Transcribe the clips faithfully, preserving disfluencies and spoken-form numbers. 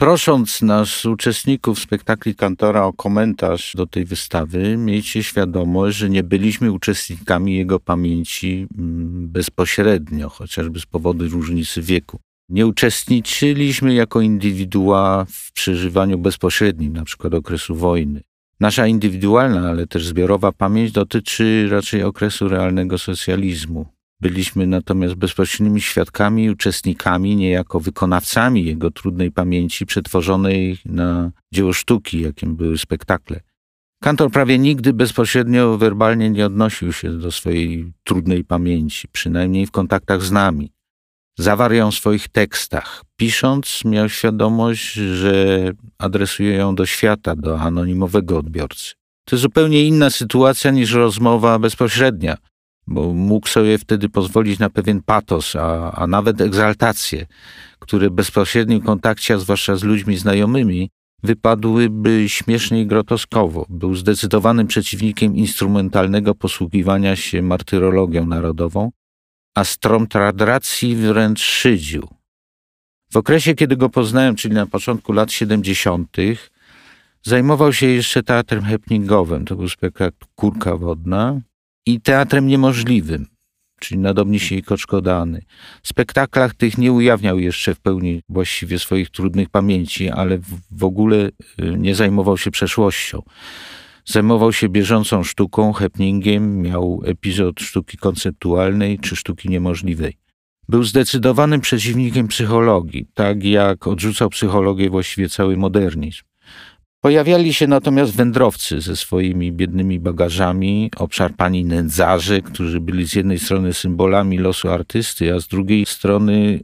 Prosząc nas, uczestników spektakli Kantora, o komentarz do tej wystawy, miejcie świadomość, że nie byliśmy uczestnikami jego pamięci bezpośrednio, chociażby z powodu różnicy wieku. Nie uczestniczyliśmy jako indywidua w przeżywaniu bezpośrednim, na przykład okresu wojny. Nasza indywidualna, ale też zbiorowa pamięć dotyczy raczej okresu realnego socjalizmu. Byliśmy natomiast bezpośrednimi świadkami i uczestnikami, niejako wykonawcami jego trudnej pamięci przetworzonej na dzieło sztuki, jakim były spektakle. Kantor prawie nigdy bezpośrednio werbalnie nie odnosił się do swojej trudnej pamięci, przynajmniej w kontaktach z nami. Zawarł ją w swoich tekstach. Pisząc, miał świadomość, że adresuje ją do świata, do anonimowego odbiorcy. To zupełnie inna sytuacja niż rozmowa bezpośrednia, bo mógł sobie wtedy pozwolić na pewien patos, a, a nawet egzaltację, które w bezpośrednim kontakcie, a zwłaszcza z ludźmi znajomymi, wypadłyby śmiesznie i groteskowo. Był zdecydowanym przeciwnikiem instrumentalnego posługiwania się martyrologią narodową, a stron tradycji wręcz szydził. W okresie, kiedy go poznałem, czyli na początku lat siedemdziesiątych, zajmował się jeszcze teatrem happeningowym, to był spektakl Kurka Wodna, i teatrem niemożliwym, czyli Nadobnisie i Koczkodany. W spektaklach tych nie ujawniał jeszcze w pełni właściwie swoich trudnych pamięci, ale w ogóle nie zajmował się przeszłością. Zajmował się bieżącą sztuką, happeningiem, miał epizod sztuki konceptualnej czy sztuki niemożliwej. Był zdecydowanym przeciwnikiem psychologii, tak jak odrzucał psychologię właściwie cały modernizm. Pojawiali się natomiast wędrowcy ze swoimi biednymi bagażami, obszarpani nędzarze, którzy byli z jednej strony symbolami losu artysty, a z drugiej strony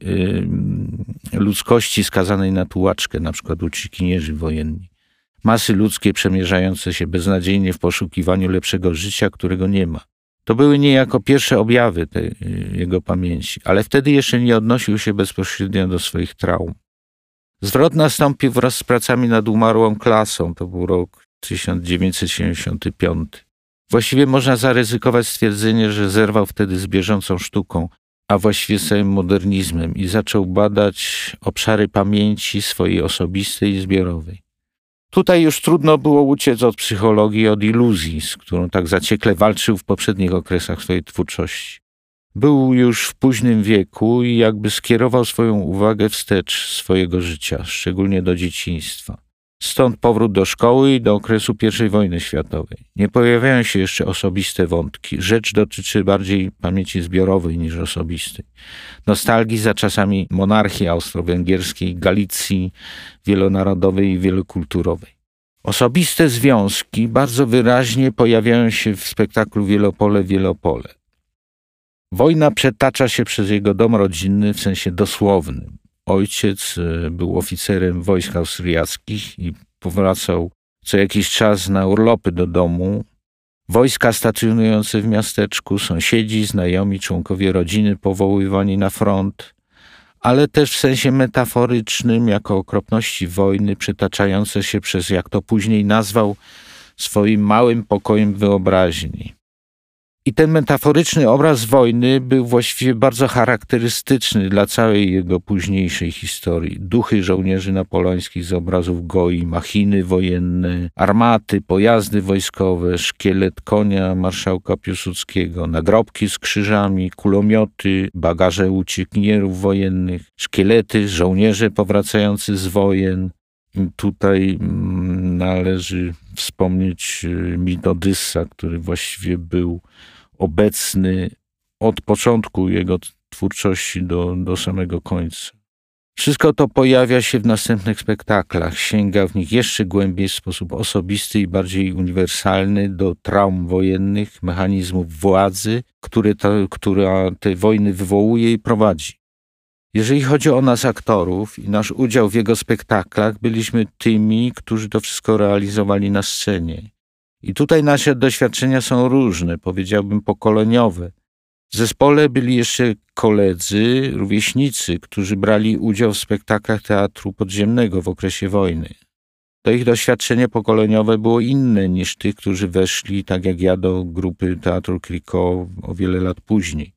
yy, ludzkości skazanej na tułaczkę, na przykład uciekinierzy wojenni. Masy ludzkie przemierzające się beznadziejnie w poszukiwaniu lepszego życia, którego nie ma. To były niejako pierwsze objawy tej jego pamięci, ale wtedy jeszcze nie odnosił się bezpośrednio do swoich traum. Zwrot nastąpił wraz z pracami nad Umarłą klasą, to był rok tysiąc dziewięćset siedemdziesiąty piąty. Właściwie można zaryzykować stwierdzenie, że zerwał wtedy z bieżącą sztuką, a właściwie z całym modernizmem i zaczął badać obszary pamięci swojej osobistej i zbiorowej. Tutaj już trudno było uciec od psychologii, od iluzji, z którą tak zaciekle walczył w poprzednich okresach swojej twórczości. Był już w późnym wieku i jakby skierował swoją uwagę wstecz swojego życia, szczególnie do dzieciństwa. Stąd powrót do szkoły i do okresu pierwszej wojny światowej. Nie pojawiają się jeszcze osobiste wątki. Rzecz dotyczy bardziej pamięci zbiorowej niż osobistej. Nostalgii za czasami monarchii austro-węgierskiej, Galicji wielonarodowej i wielokulturowej. Osobiste związki bardzo wyraźnie pojawiają się w spektaklu Wielopole, Wielopole. Wojna przetacza się przez jego dom rodzinny w sensie dosłownym. Ojciec był oficerem wojsk austriackich i powracał co jakiś czas na urlopy do domu. Wojska stacjonujące w miasteczku, sąsiedzi, znajomi, członkowie rodziny powoływani na front, ale też w sensie metaforycznym jako okropności wojny przetaczające się przez, jak to później nazwał, swoim małym pokojem wyobraźni. I ten metaforyczny obraz wojny był właściwie bardzo charakterystyczny dla całej jego późniejszej historii. Duchy żołnierzy napoleońskich z obrazów goi, machiny wojenne, armaty, pojazdy wojskowe, szkielet konia marszałka Piłsudskiego, nagrobki z krzyżami, kulomioty, bagaże uciekinierów wojennych, szkielety, żołnierze powracający z wojen. I tutaj należy wspomnieć mit Odyssa, który właściwie był obecny od początku jego twórczości do, do samego końca. Wszystko to pojawia się w następnych spektaklach. Sięga w nich jeszcze głębiej w sposób osobisty i bardziej uniwersalny do traum wojennych, mechanizmów władzy, które, to, która te wojny wywołuje i prowadzi. Jeżeli chodzi o nas aktorów i nasz udział w jego spektaklach, byliśmy tymi, którzy to wszystko realizowali na scenie. I tutaj nasze doświadczenia są różne, powiedziałbym pokoleniowe. W zespole byli jeszcze koledzy, rówieśnicy, którzy brali udział w spektaklach teatru podziemnego w okresie wojny. To ich doświadczenie pokoleniowe było inne niż tych, którzy weszli, tak jak ja, do grupy Teatru Clicquot o wiele lat później.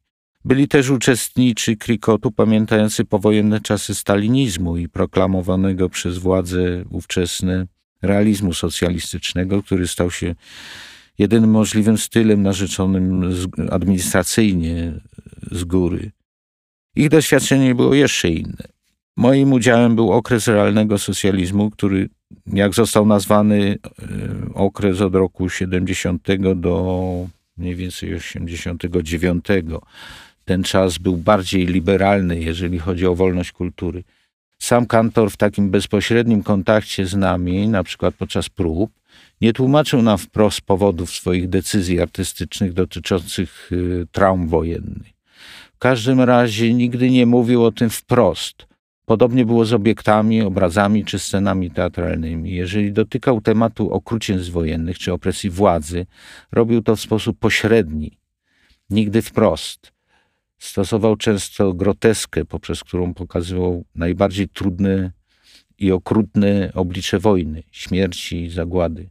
Byli też uczestnicy Krikotu pamiętający powojenne czasy stalinizmu i proklamowanego przez władze ówczesne realizmu socjalistycznego, który stał się jedynym możliwym stylem narzeczonym administracyjnie z góry. Ich doświadczenie było jeszcze inne. Moim udziałem był okres realnego socjalizmu, który, jak został nazwany, okres od roku siedemdziesiątego do mniej więcej osiemdziesiątego dziewiątego. Ten czas był bardziej liberalny, jeżeli chodzi o wolność kultury. Sam Kantor w takim bezpośrednim kontakcie z nami, na przykład podczas prób, nie tłumaczył nam wprost powodów swoich decyzji artystycznych dotyczących y, traum wojennych. W każdym razie nigdy nie mówił o tym wprost. Podobnie było z obiektami, obrazami czy scenami teatralnymi. Jeżeli dotykał tematu okrucieństw wojennych czy opresji władzy, robił to w sposób pośredni, nigdy wprost. Stosował często groteskę, poprzez którą pokazywał najbardziej trudne i okrutne oblicze wojny, śmierci i zagłady.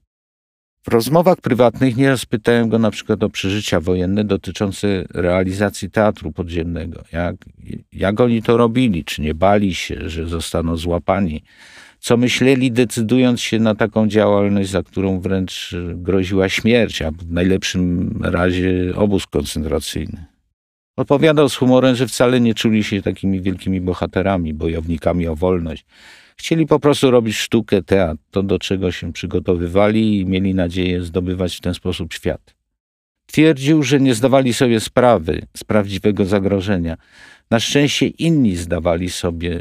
W rozmowach prywatnych nieraz pytałem go na przykład o przeżycia wojenne dotyczące realizacji teatru podziemnego. Jak, jak oni to robili? Czy nie bali się, że zostaną złapani? Co myśleli, decydując się na taką działalność, za którą wręcz groziła śmierć, a w najlepszym razie obóz koncentracyjny? Odpowiadał z humorem, że wcale nie czuli się takimi wielkimi bohaterami, bojownikami o wolność. Chcieli po prostu robić sztukę, teatr, to do czego się przygotowywali i mieli nadzieję zdobywać w ten sposób świat. Twierdził, że nie zdawali sobie sprawy z prawdziwego zagrożenia. Na szczęście inni zdawali sobie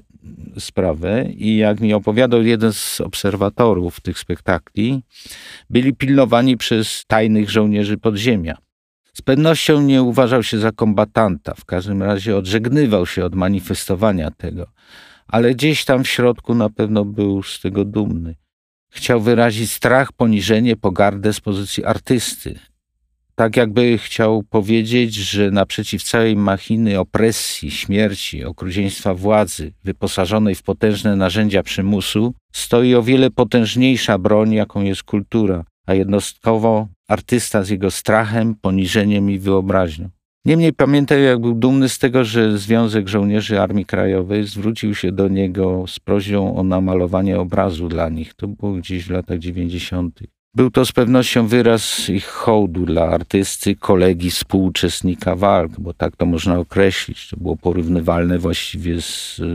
sprawę i jak mi opowiadał jeden z obserwatorów tych spektakli, byli pilnowani przez tajnych żołnierzy podziemia. Z pewnością nie uważał się za kombatanta, w każdym razie odżegnywał się od manifestowania tego, ale gdzieś tam w środku na pewno był z tego dumny. Chciał wyrazić strach, poniżenie, pogardę z pozycji artysty. Tak jakby chciał powiedzieć, że naprzeciw całej machiny opresji, śmierci, okrucieństwa władzy, wyposażonej w potężne narzędzia przymusu, stoi o wiele potężniejsza broń, jaką jest kultura, a jednostkowo artysta z jego strachem, poniżeniem i wyobraźnią. Niemniej pamiętam, jak był dumny z tego, że Związek Żołnierzy Armii Krajowej zwrócił się do niego z prośbą o namalowanie obrazu dla nich. To było gdzieś w latach dziewięćdziesiątych. Był to z pewnością wyraz ich hołdu dla artysty, kolegi, współuczestnika walk, bo tak to można określić. To było porównywalne właściwie z y,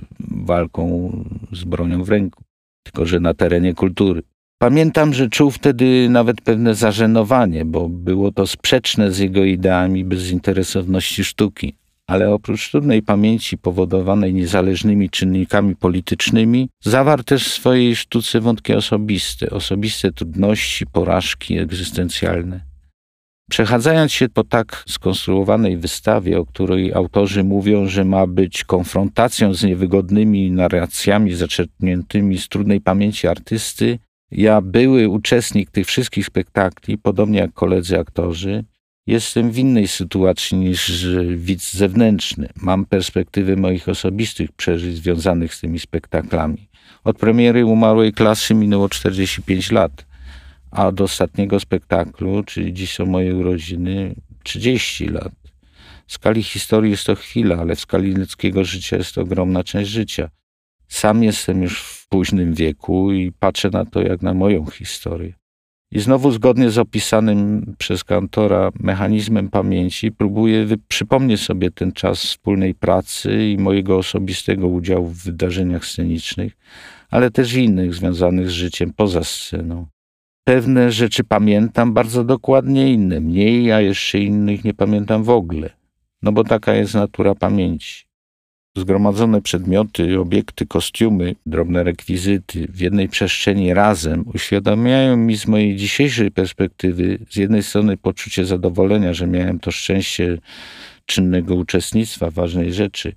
walką z bronią w ręku, tylko że na terenie kultury. Pamiętam, że czuł wtedy nawet pewne zażenowanie, bo było to sprzeczne z jego ideami bezinteresowności sztuki. Ale oprócz trudnej pamięci powodowanej niezależnymi czynnikami politycznymi, zawarł też w swojej sztuce wątki osobiste, osobiste trudności, porażki egzystencjalne. Przechadzając się po tak skonstruowanej wystawie, o której autorzy mówią, że ma być konfrontacją z niewygodnymi narracjami zaczerpniętymi z trudnej pamięci artysty, ja, były uczestnik tych wszystkich spektakli, podobnie jak koledzy aktorzy, jestem w innej sytuacji niż widz zewnętrzny. Mam perspektywę moich osobistych przeżyć związanych z tymi spektaklami. Od premiery Umarłej Klasy minęło czterdzieści pięć lat, a od ostatniego spektaklu, czyli dziś są moje urodziny, trzydzieści lat. W skali historii jest to chwila, ale w skali ludzkiego życia jest to ogromna część życia. Sam jestem już w późnym wieku i patrzę na to jak na moją historię. I znowu zgodnie z opisanym przez Kantora mechanizmem pamięci próbuję przypomnieć sobie ten czas wspólnej pracy i mojego osobistego udziału w wydarzeniach scenicznych, ale też innych związanych z życiem poza sceną. Pewne rzeczy pamiętam bardzo dokładnie, inne mniej, a jeszcze innych nie pamiętam w ogóle. No bo taka jest natura pamięci. Zgromadzone przedmioty, obiekty, kostiumy, drobne rekwizyty w jednej przestrzeni razem uświadamiają mi z mojej dzisiejszej perspektywy z jednej strony poczucie zadowolenia, że miałem to szczęście czynnego uczestnictwa w ważnej rzeczy,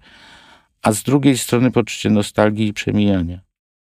a z drugiej strony poczucie nostalgii i przemijania.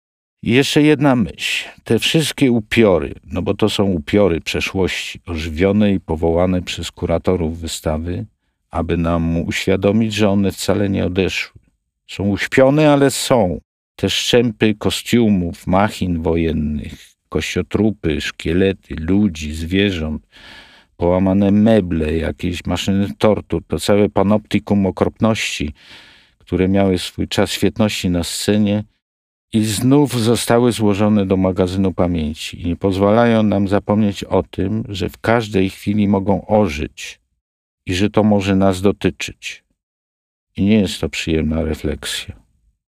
I jeszcze jedna myśl. Te wszystkie upiory, no bo to są upiory przeszłości, ożywione i powołane przez kuratorów wystawy, aby nam uświadomić, że one wcale nie odeszły. Są uśpione, ale są. Te szczępy kostiumów, machin wojennych, kościotrupy, szkielety, ludzi, zwierząt, połamane meble, jakieś maszyny tortur, to całe panoptikum okropności, które miały swój czas świetności na scenie i znów zostały złożone do magazynu pamięci i nie pozwalają nam zapomnieć o tym, że w każdej chwili mogą ożyć i że to może nas dotyczyć. I nie jest to przyjemna refleksja.